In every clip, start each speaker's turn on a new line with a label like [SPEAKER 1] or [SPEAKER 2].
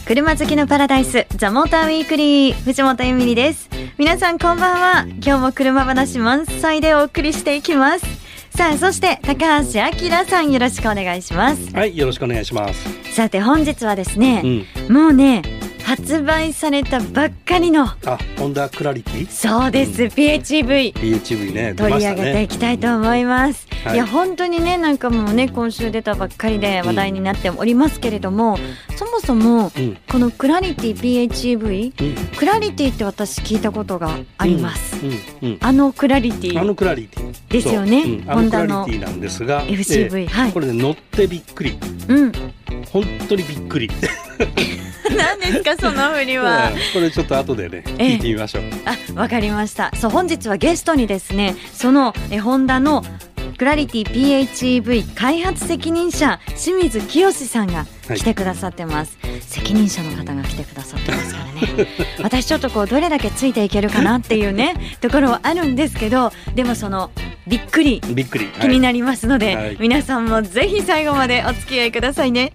[SPEAKER 1] 車好きのパラダイスザモーターウィークリー、藤本恵美里です。皆さんこんばんは。今日も車話満載でお送りしていきます。さあ、そして高橋明さん、よろしくお願いします。
[SPEAKER 2] はい、よろしくお願いします。
[SPEAKER 1] さて本日はですね、もうね発売されたばっかりの
[SPEAKER 2] ホンダクラリティ、
[SPEAKER 1] そうです、PHEV
[SPEAKER 2] ね、
[SPEAKER 1] 取り上げていきたいと思います。
[SPEAKER 2] はい、
[SPEAKER 1] いや本当にね、なんかもうね今週出たばっかりで話題になっておりますけれども、そもそもこのクラリティ PHEV、クラリティって私聞いたことがあります。あのクラリティですよね。ホンダの
[SPEAKER 2] クラリティなんですが、
[SPEAKER 1] FCV、はい、
[SPEAKER 2] これね乗ってびっくり、本当にびっくり
[SPEAKER 1] 何ですかその振りは。
[SPEAKER 2] これちょっと後でね聞いてみましょう。
[SPEAKER 1] わかりました。そう、本日はゲストにですね、そのホンダのクラリティ PHEV 開発責任者清水清さんが来てくださってます、責任者の方が来てくださってますからね私ちょっとどれだけついていけるかなっていうねところはあるんですけど、でもそのびっくり気になりますので、皆さんもぜひ最後までお付き合いくださいね。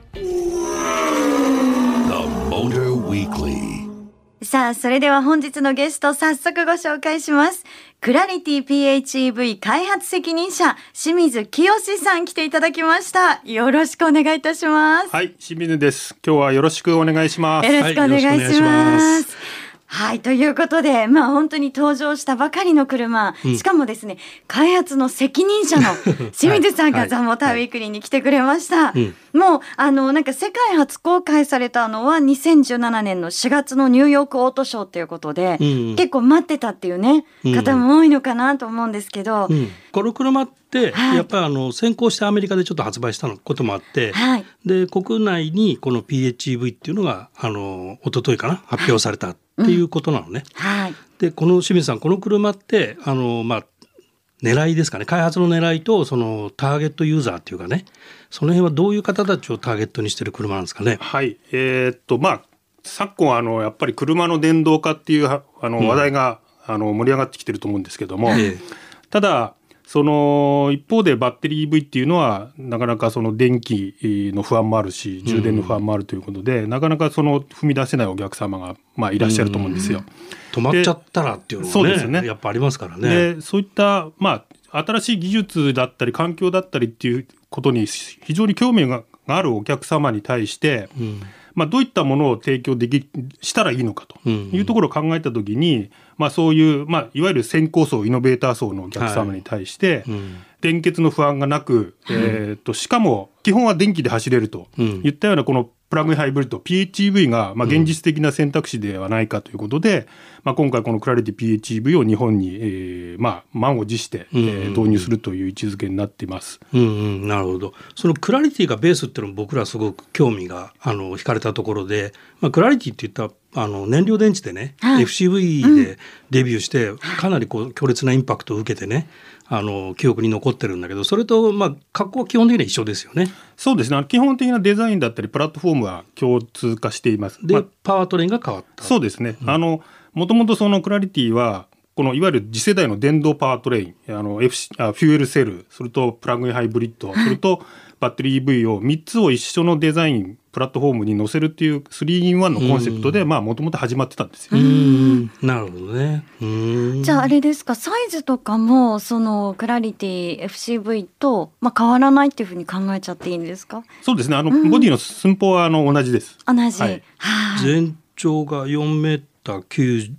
[SPEAKER 1] さあ、それでは本日のゲスト早速ご紹介します。クラリティ PHEV 開発責任者清水清さん、来ていただきました。よろしくお願いいたします。
[SPEAKER 3] はい、清水です。今日はよろしくお願いします。
[SPEAKER 1] よろしくお願いします。はい、ということで、本当に登場したばかりの車、しかもですね、開発の責任者の清水さんがザ・モーターウィークリーに来てくれました。もうなんか世界初公開されたのは2017年の4月のニューヨークオートショーということで、結構待ってたっていうね、方も多いのかなと思うんですけど、
[SPEAKER 2] この車ってやっぱり先行してアメリカでちょっと発売したこともあって、で国内にこの PHEV っていうのが一昨日かな発表されたっていうことなのね。でこの清水さん、この車って狙いですかね、開発の狙いとそのターゲットユーザーっていうかね、その辺はどういう方たちをターゲットにしてる車なんですかね。
[SPEAKER 3] はい、昨今やっぱり車の電動化っていう話題が盛り上がってきてると思うんですけども、ただその一方でバッテリー EV っていうのはなかなかその電気の不安もあるし、充電の不安もあるということで、なかなかその踏み出せないお客様がいらっしゃると思うんですよ。
[SPEAKER 2] 止まっちゃったらっていうのがね、そうですね、やっぱありますからね。
[SPEAKER 3] でそういった新しい技術だったり環境だったりっていうことに非常に興味があるお客様に対して、どういったものを提供したらいいのかというところを考えたときに、そういう、いわゆる先行層イノベーター層のお客様に対して、電欠の不安がなく、しかも基本は電気で走れるといったようなこのプラグインハイブリッド PHEV が現実的な選択肢ではないかということで、今回このクラリティ PHEV を日本に、満を持して、導入するという位置づけになっています。
[SPEAKER 2] なるほど。そのクラリティがベースっていうのも僕らすごく興味が惹かれたところで、クラリティっていった燃料電池でね、FCV でデビューしてかなり強烈なインパクトを受けてね、記憶に残ってるんだけど、それと格好は基本的には一緒ですよね。
[SPEAKER 3] そうですね、基本的なデザインだったりプラットフォームは共通化しています。
[SPEAKER 2] で、パワートレインが変わった。
[SPEAKER 3] そうですね、もともとそのクラリティはこのいわゆる次世代の電動パワートレイン、フュエルセル、それとプラグインハイブリッド、それとバッテリー EV を3つを一緒のデザインプラットフォームに載せるっていう 3in1 のコンセプトでもともと始まってたんですよ。
[SPEAKER 2] なるほどね。
[SPEAKER 1] じゃああれですか、サイズとかもそのクラリティ FCV と変わらないっていうふうに考えちゃっていいんですか。
[SPEAKER 3] そうですね、ボディの寸法は同じです。
[SPEAKER 1] 同じ、
[SPEAKER 2] 全長が4メーター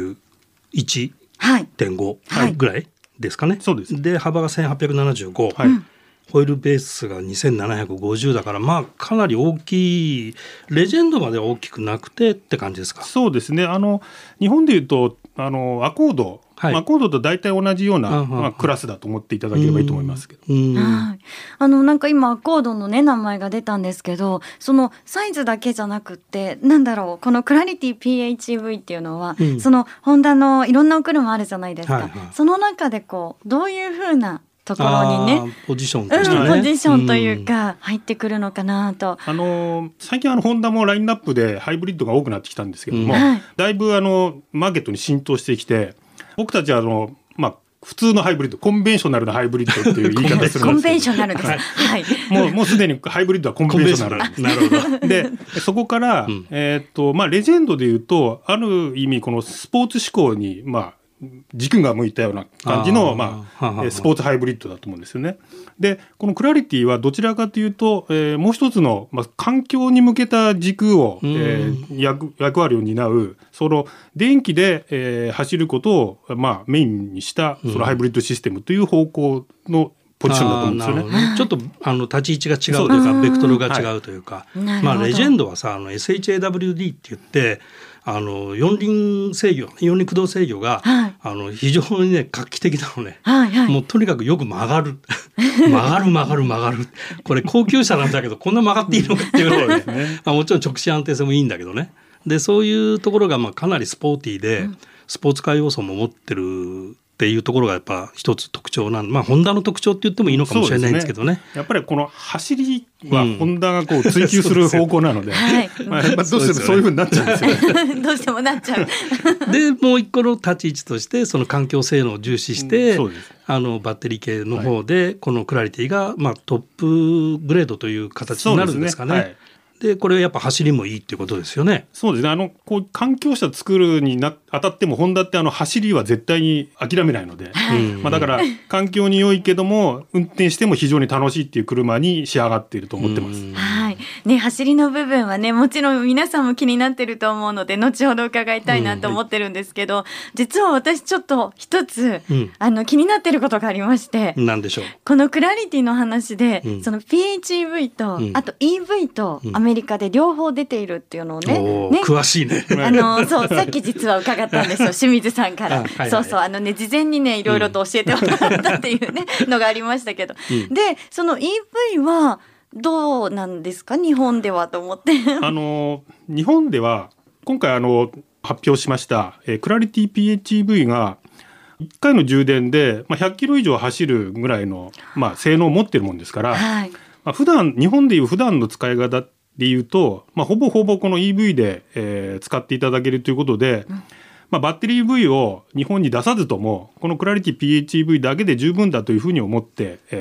[SPEAKER 2] 91.5 ぐらいですかね。
[SPEAKER 3] そうです。
[SPEAKER 2] で幅が1875、ホイールベースが2750だから、かなり大きい、レジェンドまでは大きくなくてって感じですか。
[SPEAKER 3] そうですね、日本でいうとアコード、アコードと大体同じような、クラスだと思っていただければいいと思いますけど、
[SPEAKER 1] なんか今アコードのね名前が出たんですけど、そのサイズだけじゃなくって、このクラリティ PHEV っていうのは、そのホンダのいろんなお車あるじゃないですか、その中でどういう風なところにね、
[SPEAKER 2] ポジションとしてね、
[SPEAKER 1] ポジションというか入ってくるのかなと。
[SPEAKER 3] 最近ホンダもラインナップでハイブリッドが多くなってきたんですけども、だいぶマーケットに浸透してきて、僕たちは普通のハイブリッド、コンベンショナルなハイブリッドっていう言い方するんですけど
[SPEAKER 1] コンベンショナルです。はい。
[SPEAKER 3] もうすでにハイブリッドはコンベンショナル。
[SPEAKER 2] なるほど。
[SPEAKER 3] で、そこから、レジェンドでいうと、ある意味このスポーツ志向に、軸が向いたような感じの、スポーツハイブリッドだと思うんですよね。で、このクラリティはどちらかというと、もう一つの、環境に向けた軸を、役割を担う、その電気で、走ることを、メインにしたそのハイブリッドシステムという方向のポジションだと思うんですよね。
[SPEAKER 2] ちょっと立ち位置が違うというか、ベクトルが違うというか、レジェンドはさ、SHAWD って言って四輪制御、四輪駆動制御が、非常にね画期的なのね、もうとにかくよく曲がる曲がるこれ高級車なんだけどこんな曲がっていいのかっていうのはねもちろん直進安定性もいいんだけどね。でそういうところがかなりスポーティーで、スポーツカー要素も持ってるっていうところがやっぱ一つ特徴なんで、ホンダの特徴って言ってもいいのかもしれないんですけどね。
[SPEAKER 3] やっぱりこの走りはホンダがこう追求する方向なので、どうしてもそういう風になっちゃうんですよね。
[SPEAKER 1] どうしてもなっちゃう。
[SPEAKER 2] でもう一個の立ち位置としてその環境性能を重視して、バッテリー系の方でこのクラリティがトップグレードという形になるんですかね。でこれはやっぱ走りもいいっていうことですよね。
[SPEAKER 3] そうですね。こう環境車作るにあたってもホンダって走りは絶対に諦めないので、だから環境に良いけども運転しても非常に楽しいっていう車に仕上がっていると思ってます。
[SPEAKER 1] はいね、走りの部分はねもちろん皆さんも気になってると思うので後ほど伺いたいなと思ってるんですけど、実は私ちょっと一つ、気になってることがありまして。
[SPEAKER 2] 何でしょう。
[SPEAKER 1] このクラリティの話で、その PHEV と、あと EV とアメリカで両方出ているっていうのをね、
[SPEAKER 2] 詳しいね。
[SPEAKER 1] そうさっき実は伺ったんですよ清水さんから。そうそう事前にねいろいろと教えてもらったっていうね、のがありましたけど、でその EV はどうなんですか日本ではと思って。
[SPEAKER 3] 日本では今回発表しましたクラリティ PHEV が1回の充電で100キロ以上走るぐらいの性能を持っているもんですから、普段日本でいう普段の使い方でいうと、ほぼほぼこの EV で、使っていただけるということで、バッテリー EV を日本に出さずともこのクラリティ PHEV だけで十分だというふうに思って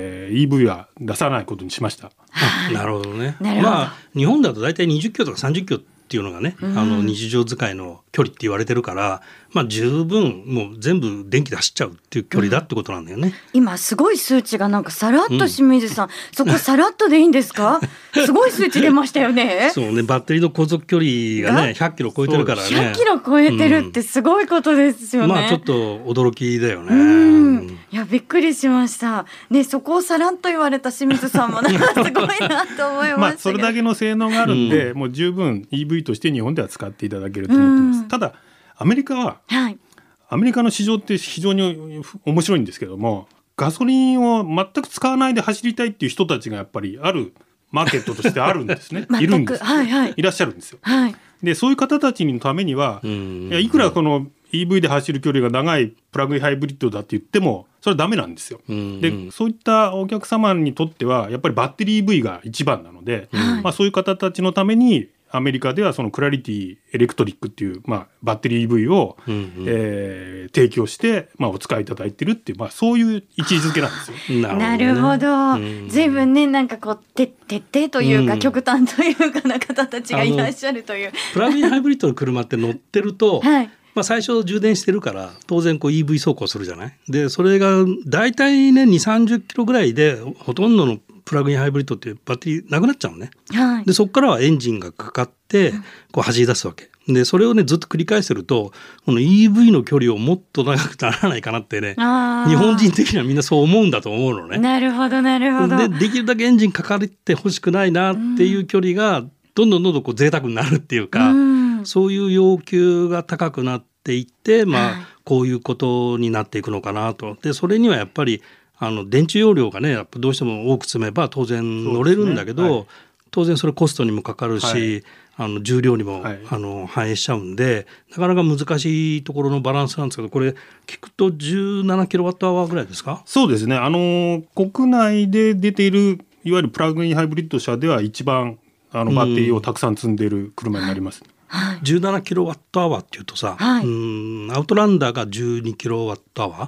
[SPEAKER 3] 、EV は出さないことにしました。
[SPEAKER 2] なるほどね。日本だと大体20キロとか30キロっていうのがね、日常使いの距離って言われてるから、十分もう全部電気で走っちゃうっていう距離だってことなんだよね。
[SPEAKER 1] 今すごい数値がなんかさらっと清水さん、そこさらっとでいいんですか？すごい数値出ましたよね。
[SPEAKER 2] そうね、バッテリーの航続距離がね100キロ超えてるからね。
[SPEAKER 1] 100キロ超えてるってすごいことですよね。
[SPEAKER 2] ちょっと驚きだよね。
[SPEAKER 1] いやびっくりしましたね。そこをさらっと言われた清水さんもなんかすごいなと思いましたけど
[SPEAKER 3] それだけの性能があるんで、もう十分 EV として日本では使っていただけると思ってます。ただアメリカは、アメリカの市場って非常に面白いんですけども、ガソリンを全く使わないで走りたいっていう人たちがやっぱりあるマーケットとしてあるんですね。いるんです、いらっしゃるんですよ。でそういう方たちのためには、いくらこの EV で走る距離が長いプラグインハイブリッドだって言ってもそれはダメなんですよ。でそういったお客様にとってはやっぱりバッテリー EV が一番なので、そういう方たちのためにアメリカではそのクラリティエレクトリックっていう、バッテリー EV を、提供して、お使いいただいてるっていう、そういう位置づけなんですよ。
[SPEAKER 1] なるほど。随分ねなんかこう徹底というか、極端というかな方たちがいらっしゃるという。
[SPEAKER 2] プラグインハイブリッドの車って乗ってると、最初充電してるから当然EV 走行するじゃない。でそれがだいたいね2,30キロぐらいでほとんどのプラグインハイブリッドってバッテリーなくなっちゃうのね。でそこからはエンジンがかかって走り出すわけで、それをねずっと繰り返してるとこの EV の距離をもっと長くならないかなってね、日本人的にはみんなそう思うんだと思うのね。
[SPEAKER 1] なるほどなるほど。
[SPEAKER 2] できるだけエンジンかかってほしくないなっていう距離がどんどんこう贅沢になるっていうか、そういう要求が高くなっていって、こういうことになっていくのかなと。でそれにはやっぱり電池容量がねやっぱどうしても多く積めば当然乗れるんだけど、当然それコストにもかかるし、重量にも、反映しちゃうんでなかなか難しいところのバランスなんですけど、これ聞くと17キロワットアワーぐらいですか？
[SPEAKER 3] そうですね。国内で出ているいわゆるプラグインハイブリッド車では一番バッテリーをたくさん積んでいる車になります。
[SPEAKER 2] 17キロワットアワーっていうとさ、アウトランダーが12キロワットアワー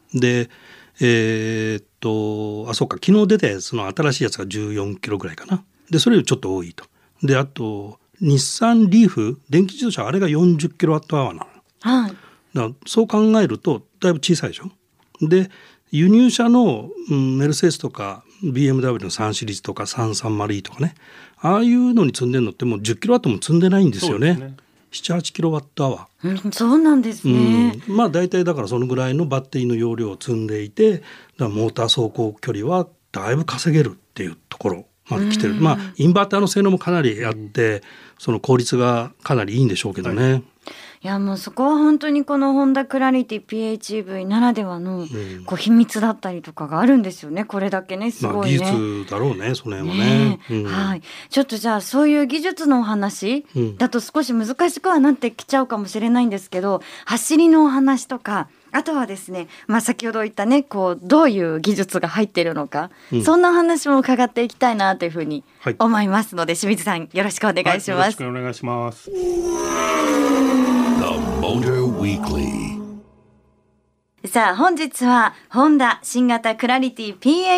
[SPEAKER 2] でそうか、昨日出たやつの新しいやつが14キロぐらいかな。でそれよりちょっと多いと。であと日産リーフ電気自動車、あれが40キロワットアワーなの。だからそう考えるとだいぶ小さいでしょ。で輸入車の、メルセデスとか BMW の3シリーズとか 330E とかね、ああいうのに積んでるのってもう10キロワットも積んでないんですよね。7、8キロワットアワー、
[SPEAKER 1] そうなんですね。
[SPEAKER 2] まあ大体だからそのぐらいのバッテリーの容量を積んでいて、だからモーター走行距離はだいぶ稼げるっていうところまで来てる。まあインバーターの性能もかなりあって、その効率がかなりいいんでしょうけどね。
[SPEAKER 1] いやもうそこは本当にこのホンダクラリティ PHEV ならではのこう秘密だったりとかがあるんですよね。これだけねすごいね、
[SPEAKER 2] 技術だろうね、その辺はね。
[SPEAKER 1] はい、ちょっとじゃあそういう技術のお話だと少し難しくはなってきちゃうかもしれないんですけど、走りのお話とか、あとはですね、先ほど言ったねこうどういう技術が入っているのか、そんな話も伺っていきたいなというふうに思いますので、清水さんよろしくお願いします。
[SPEAKER 3] よろしくお願いします。
[SPEAKER 1] さあ本日はホンダ新型クラリティ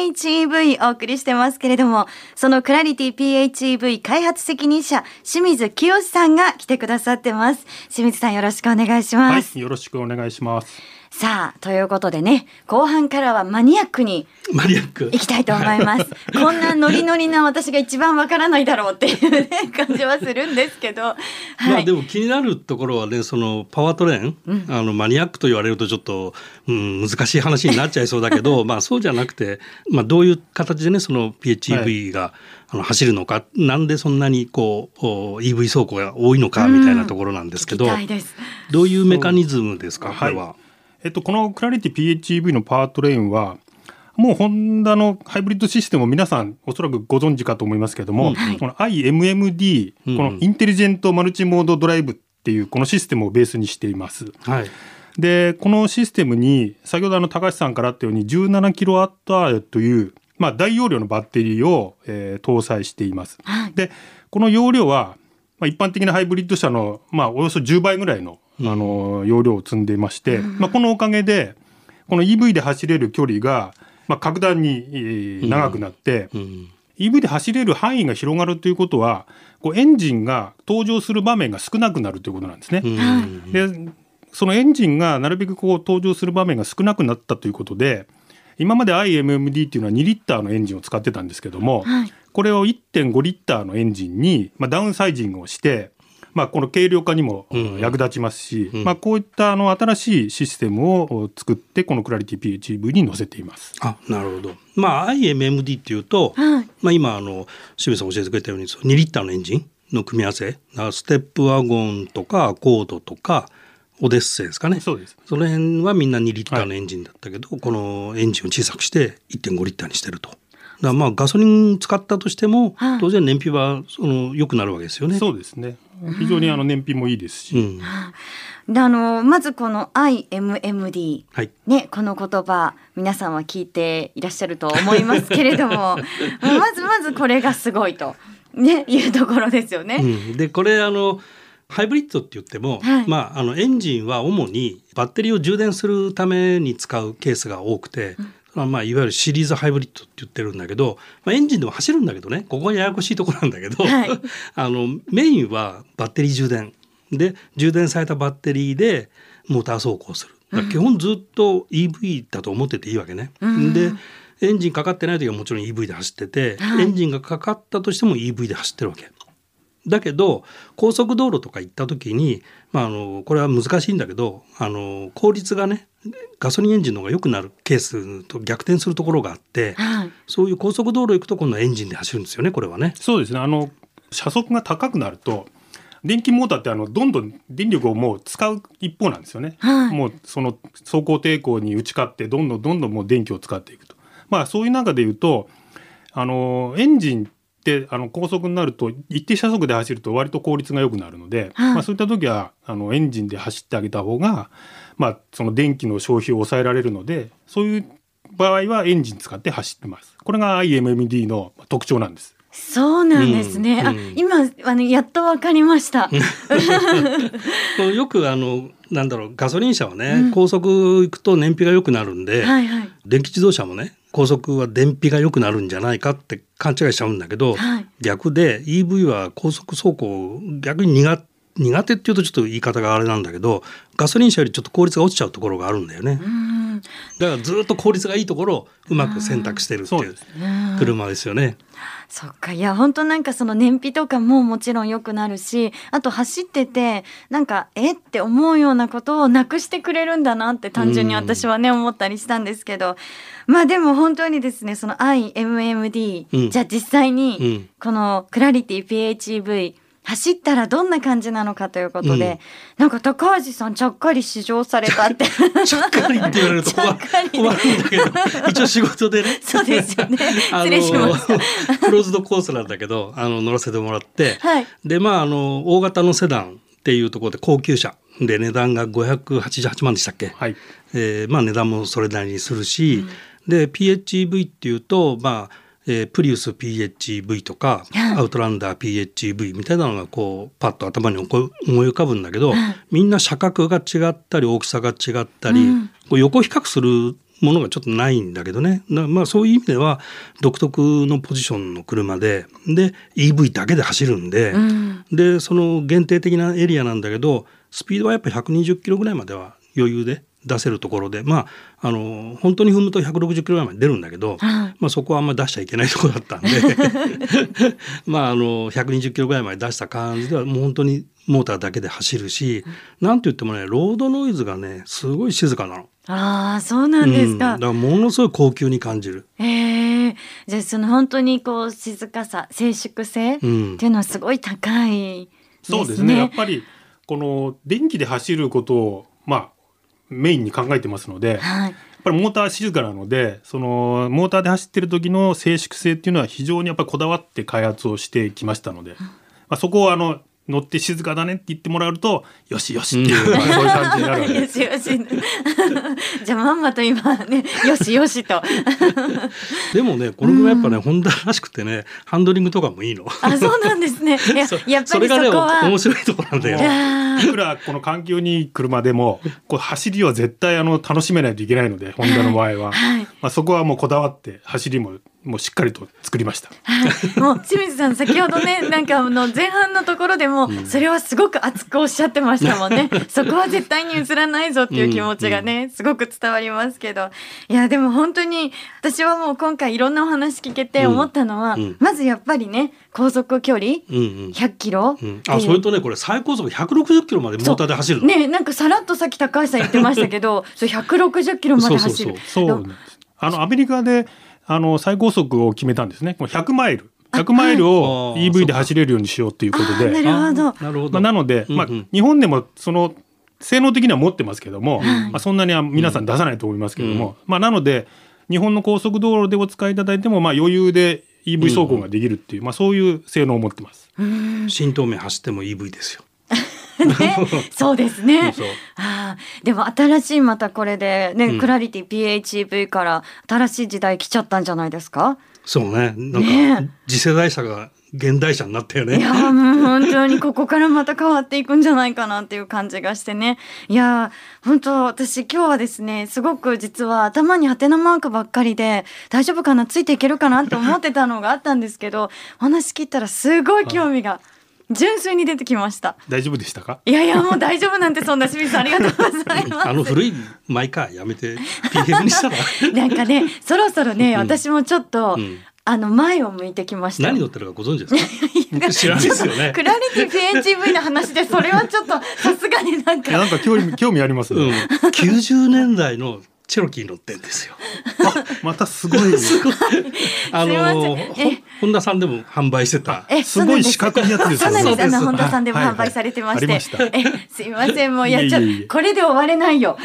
[SPEAKER 1] PHEV お送りしてますけれども、そのクラリティ PHEV 開発責任者清水清さんが来てくださってます。清水さんよろしくお願いします。
[SPEAKER 3] はい、よろしくお願いします。
[SPEAKER 1] さあということでね、後半からはマニアックに行きたいと思います。こんなノリノリな私が一番わからないだろうっていう、ね、感じはするんですけど、
[SPEAKER 2] でも気になるところはね、そのパワートレーン、マニアックと言われるとちょっと、難しい話になっちゃいそうだけどそうじゃなくて、どういう形でねその PHEV が、走るのか、なんでそんなにこう EV 走行が多いのかみたいなところなんですけど、どういうメカニズムですかこれは。
[SPEAKER 3] このクラリティ PHEV のパワートレーンはもうホンダのハイブリッドシステムを皆さんおそらくご存知かと思いますけれども、この IMMD、このインテリジェントマルチモードドライブっていうこのシステムをベースにしています。でこのシステムに先ほど高橋さんからあったように17キロワットアワーという、大容量のバッテリーを、搭載しています。でこの容量は、一般的なハイブリッド車の、およそ10倍ぐらいの容量を積んでいまして、このおかげでこの EV で走れる距離が、格段に、長くなって、EV で走れる範囲が広がるということはこうエンジンが登場する場面が少なくなるということなんですね。でそのエンジンがなるべくこう登場する場面が少なくなったということで、今まで IMMD っていうのは2リッターのエンジンを使ってたんですけども、これを 1.5 リッターのエンジンに、ダウンサイジングをして、この軽量化にも役立ちますし、こういった新しいシステムを作ってこのクラリティ PHEV に載せています。
[SPEAKER 2] なるほど。IMMD っていうと、今清水さん教えてくれたように2リッターのエンジンの組み合わせ、ステップワゴンとかアコードとかオデッセイですかね。
[SPEAKER 3] そうです。
[SPEAKER 2] その辺はみんな2リッターのエンジンだったけど、このエンジンを小さくして 1.5 リッターにしてると。だからガソリン使ったとしても当然燃費は良くなるわけですよね。
[SPEAKER 3] そうですね。非常に燃費もいいですし、
[SPEAKER 1] でまずこの IMMD、ね、この言葉皆さんは聞いていらっしゃると思いますけれどもまずこれがすごいと、いうところですよね。
[SPEAKER 2] でこれハイブリッドって言っても、エンジンは主にバッテリーを充電するために使うケースが多くて、いわゆるシリーズハイブリッドって言ってるんだけど、エンジンでも走るんだけどね、ここがややこしいところなんだけど、メインはバッテリー充電で、充電されたバッテリーでモーター走行する。だから基本ずっと EV だと思ってていいわけね。でエンジンかかってない時はもちろん EV で走ってて、エンジンがかかったとしても EV で走ってるわけだけど、高速道路とか行った時に、これは難しいんだけど効率がねガソリンエンジンの方が良くなるケースと逆転するところがあって、そういう高速道路行くと今度はエンジンで走るんですよね。これはね。そうですね。
[SPEAKER 3] 車速が高くなると電気モーターってどんどん電力をもう使う一方なんですよね。もうその走行抵抗に打ち勝ってどんどんもう電気を使っていくと。そういう中でいうとエンジンで高速になると一定車速で走ると割と効率が良くなるので、そういった時はエンジンで走ってあげた方が、その電気の消費を抑えられるので、そういう場合はエンジン使って走ってます。これが IMMD の特徴なんです。
[SPEAKER 1] そうなんですね、今やっと分かりました
[SPEAKER 2] よくなんだろう、ガソリン車はね、高速行くと燃費が良くなるんで、はいはい、電気自動車もね高速は燃費が良くなるんじゃないかって勘違いしちゃうんだけど、はい、逆で EV は高速走行逆に苦手っていうとちょっと言い方があれなんだけど、ガソリン車よりちょっと効率が落ちちゃうところがあるんだよね。だからずっと効率がいいところをうまく選択してるっていう車ですよね。
[SPEAKER 1] そっか、いや本当なんかその燃費とかももちろん良くなるし、あと走っててなんかって思うようなことをなくしてくれるんだなって単純に私はね思ったりしたんですけど、まあでも本当にですね、その iMMD、じゃあ実際にこのクラリティ PHEV走ったらどんな感じなのかということで、なんか高橋さんちゃっかり試乗されたって
[SPEAKER 2] ちゃっかりって言われると困るんだけど一応仕事でね
[SPEAKER 1] そうですよね、失礼しました
[SPEAKER 2] クローズドコースなんだけど乗らせてもらって、はい、で大型のセダンっていうところで高級車で値段が588万でしたっけ、はい、値段もそれなりにするし、で PHEV っていうとプリウス PHEV とかアウトランダー PHEV みたいなのがこうパッと頭に思い浮かぶんだけど、みんな車格が違ったり大きさが違ったり、こう横比較するものがちょっとないんだけどね。そういう意味では独特のポジションの車で EV だけで走るんで、でその限定的なエリアなんだけど、スピードはやっぱり120キロぐらいまでは余裕で出せるところで、本当に踏むと160キロぐらいまで出るんだけど、そこはあんまり出しちゃいけないところだったんで120キロぐらいまで出した感じではもう本当にモーターだけで走るし、なんといってもねロードノイズがねすごい静かなの。
[SPEAKER 1] ああ、そうなんですか。
[SPEAKER 2] だからものすごい高級に感じる。
[SPEAKER 1] じゃあその本当にこう静かさ、静粛性っていうのはすごい高いですね。
[SPEAKER 3] そうですね。やっぱりこの電気で走ることをメインに考えてますので、やっぱりモーター静かなので、そのモーターで走ってる時の静粛性っていうのは非常にやっぱりこだわって開発をしてきましたので、そこを乗って静かだねって言ってもらうとよしよしっていう、そういう感じになるわけです。
[SPEAKER 1] よしよしじゃあまんまと今ねよしよしと
[SPEAKER 2] でもねこの車やっぱね、ホンダらしくてねハンドリングとかもいいの。
[SPEAKER 1] そうなんですね。やっぱりそこはそれがね
[SPEAKER 2] 面白いところなんだよ。
[SPEAKER 3] いくらこの環境にいい車でもこう走りは絶対楽しめないといけないので、ホンダの場合は、そこはもうこだわって走りもしっかりと作りました。
[SPEAKER 1] もう清水さん先ほどねなんか前半のところでもそれはすごく熱くおっしゃってましたもんね。そこは絶対に譲らないぞっていう気持ちがね、すごく伝わりますけど、いやでも本当に私はもう今回いろんなお話聞けて思ったのは、まずやっぱりね高速距離100キロ、
[SPEAKER 2] それとねこれ最高速160キロまでモーターで走るの
[SPEAKER 1] ね。なんかさらっとさっき高橋さん言ってましたけどそう160キロまで走る。
[SPEAKER 3] そうアメリカで最高速を決めたんですね。100マイルを EV で走れるようにしようということで、
[SPEAKER 1] なるほど。
[SPEAKER 3] なので、日本でもその性能的には持ってますけども、そんなには皆さん出さないと思いますけども、なので日本の高速道路でお使いいただいても余裕で EV 走行ができるっていう、そういう性能を持ってます。
[SPEAKER 2] 新東名走っても EV ですよ。
[SPEAKER 1] そうですね。でも新しいまたこれでね、クラリティ PHEV から新しい時代来ちゃったんじゃないですか。
[SPEAKER 2] そうね。なんか次世代車が現代車になったよね。
[SPEAKER 1] いやもう本当にここからまた変わっていくんじゃないかなっていう感じがしてね。いや本当私今日はですねすごく実は頭にハテナマークばっかりで大丈夫かなついていけるかなって思ってたのがあったんですけどお話聞いたらすごい興味が純粋に出てきました。
[SPEAKER 3] 大丈夫でしたか。
[SPEAKER 1] いやもう大丈夫なんてそんな清水さんありがとうございます。
[SPEAKER 2] 古いマイカーやめて PM にしたら
[SPEAKER 1] なんかねそろそろね、私もちょっと、前を向いてきました。
[SPEAKER 2] 何乗ってるかご存知ですか。知らないですよね。
[SPEAKER 1] クラリティ PHEV の話でそれはちょっとさすがになんか
[SPEAKER 3] 興味ありますね。
[SPEAKER 2] 90年代のチェロキー乗ってんですよ。
[SPEAKER 3] またすごい
[SPEAKER 2] 本田さんでも販売してた
[SPEAKER 3] すごい四角いやつですよね。
[SPEAKER 1] そうなんです。本田さんでも販売されてまして、すいませんもうこれで終われないよ。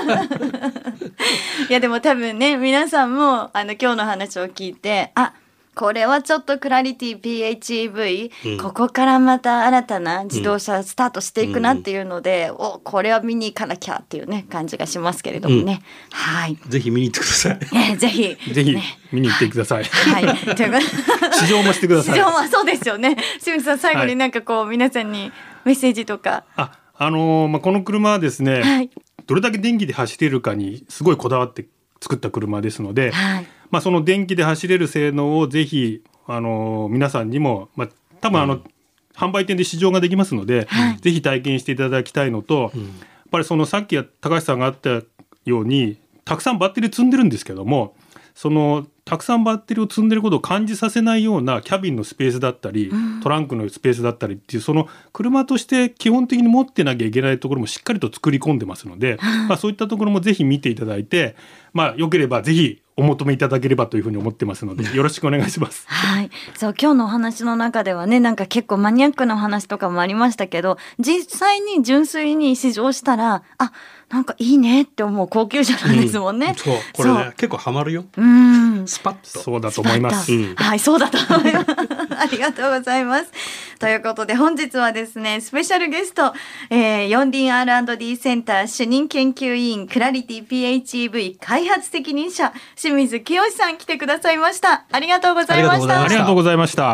[SPEAKER 1] いやでも多分ね皆さんも今日の話を聞いてこれはちょっとクラリティ PHEV、ここからまた新たな自動車スタートしていくなっていうので、これは見に行かなきゃっていうね感じがしますけれどもね、はい、
[SPEAKER 2] ぜひ見に行ってください。
[SPEAKER 1] ぜひ
[SPEAKER 3] 見に行ってください。
[SPEAKER 1] はい、という
[SPEAKER 3] 試乗もしてください。
[SPEAKER 1] 試乗はそうですよね。清水さん、最後になんかこう、皆さんにメッセージとか。
[SPEAKER 3] この車はですね、はい、どれだけ電気で走れるかにすごいこだわって作った車ですので、はい、その電気で走れる性能をぜひ皆さんにも、多分販売店で試乗ができますので、はい、ぜひ体験していただきたいのと、やっぱりさっき高橋さんがあったようにたくさんバッテリー積んでるんですけども、たくさんバッテリーを積んでることを感じさせないようなキャビンのスペースだったり、トランクのスペースだったりっていう、その車として基本的に持ってなきゃいけないところもしっかりと作り込んでますので、そういったところもぜひ見ていただいて、よければぜひお求めいただければというふうに思ってますので、よろしくお願いします。
[SPEAKER 1] はい、そう、今日のお話の中ではね、なんか結構マニアックなお話とかもありましたけど、実際に純粋に試乗したら、なんかいいねって思う高級車なんですもんね。
[SPEAKER 2] そう、これね結構ハマるよ。スパッと。
[SPEAKER 3] そうだと思います。
[SPEAKER 1] はい、そうだと思います。ありがとうございます。ということで本日はですね、スペシャルゲスト、四輪 R&D センター主任研究員クラリティ PHEV 開発責任者清水清さん来てくださいました。ありがとうございました。
[SPEAKER 3] ありがとうございました。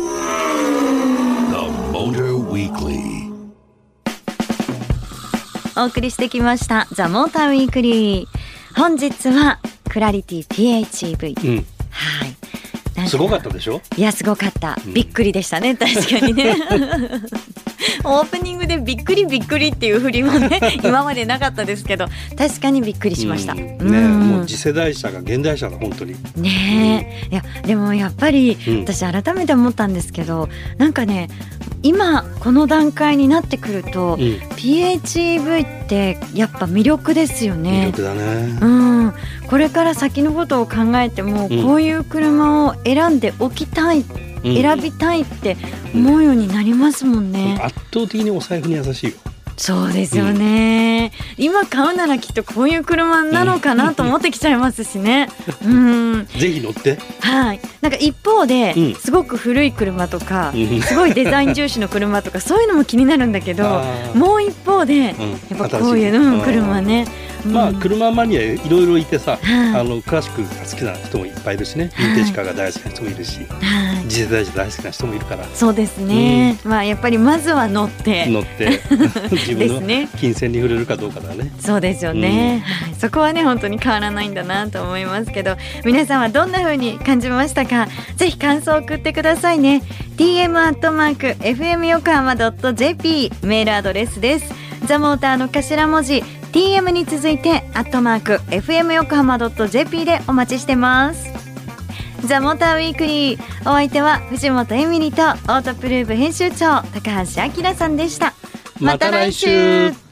[SPEAKER 1] お送りしてきましたザ・モーターウィークリー。本日はクラリティ PHEV、はい、
[SPEAKER 2] すごかったでしょ。
[SPEAKER 1] いや、すごかった、びっくりでしたね、確かにね。オープニングでびっくりびっくりっていう振りもね今までなかったですけど、確かにびっくりしました。
[SPEAKER 2] もう次世代車が現代車だ本当に
[SPEAKER 1] ね。いやでもやっぱり私改めて思ったんですけど、なんかね、今この段階になってくると、PHEV ってやっぱ魅力ですよね。
[SPEAKER 2] 魅力だね。
[SPEAKER 1] これから先のことを考えても、こういう車を選んでおきたい、選びたいって思うようになりますもんね。
[SPEAKER 2] 圧倒的にお財布に優しいよ。
[SPEAKER 1] そうですよね、今買うならきっとこういう車なのかなと思ってきちゃいますしね。
[SPEAKER 2] ぜひ乗って。
[SPEAKER 1] はい。なんか一方で、すごく古い車とか、すごいデザイン重視の車とかそういうのも気になるんだけど、もう一方で、やっぱこういう車ね。
[SPEAKER 2] 車マニアいろいろいてさ、クラシックが好きな人もいっぱいいるしね、ヴィンテージカーが大好きな人もいるし、次世代車大好きな人もいるから。
[SPEAKER 1] そうですね、やっぱりまずは乗って
[SPEAKER 2] 自分の金銭に触れるかどうかだね。
[SPEAKER 1] そうですよね、そこはね本当に変わらないんだなと思いますけど、皆さんはどんな風に感じましたか。ぜひ感想を送ってくださいね。 tm@fmyokohama.jp メールアドレスです。ザモーターの頭文字 TM に続いて@fmyokohama.jp でお待ちしてます。ザ・モーターウィークリー、お相手は藤本エミリとオートプルーブ編集長高橋明さんでした。また来週。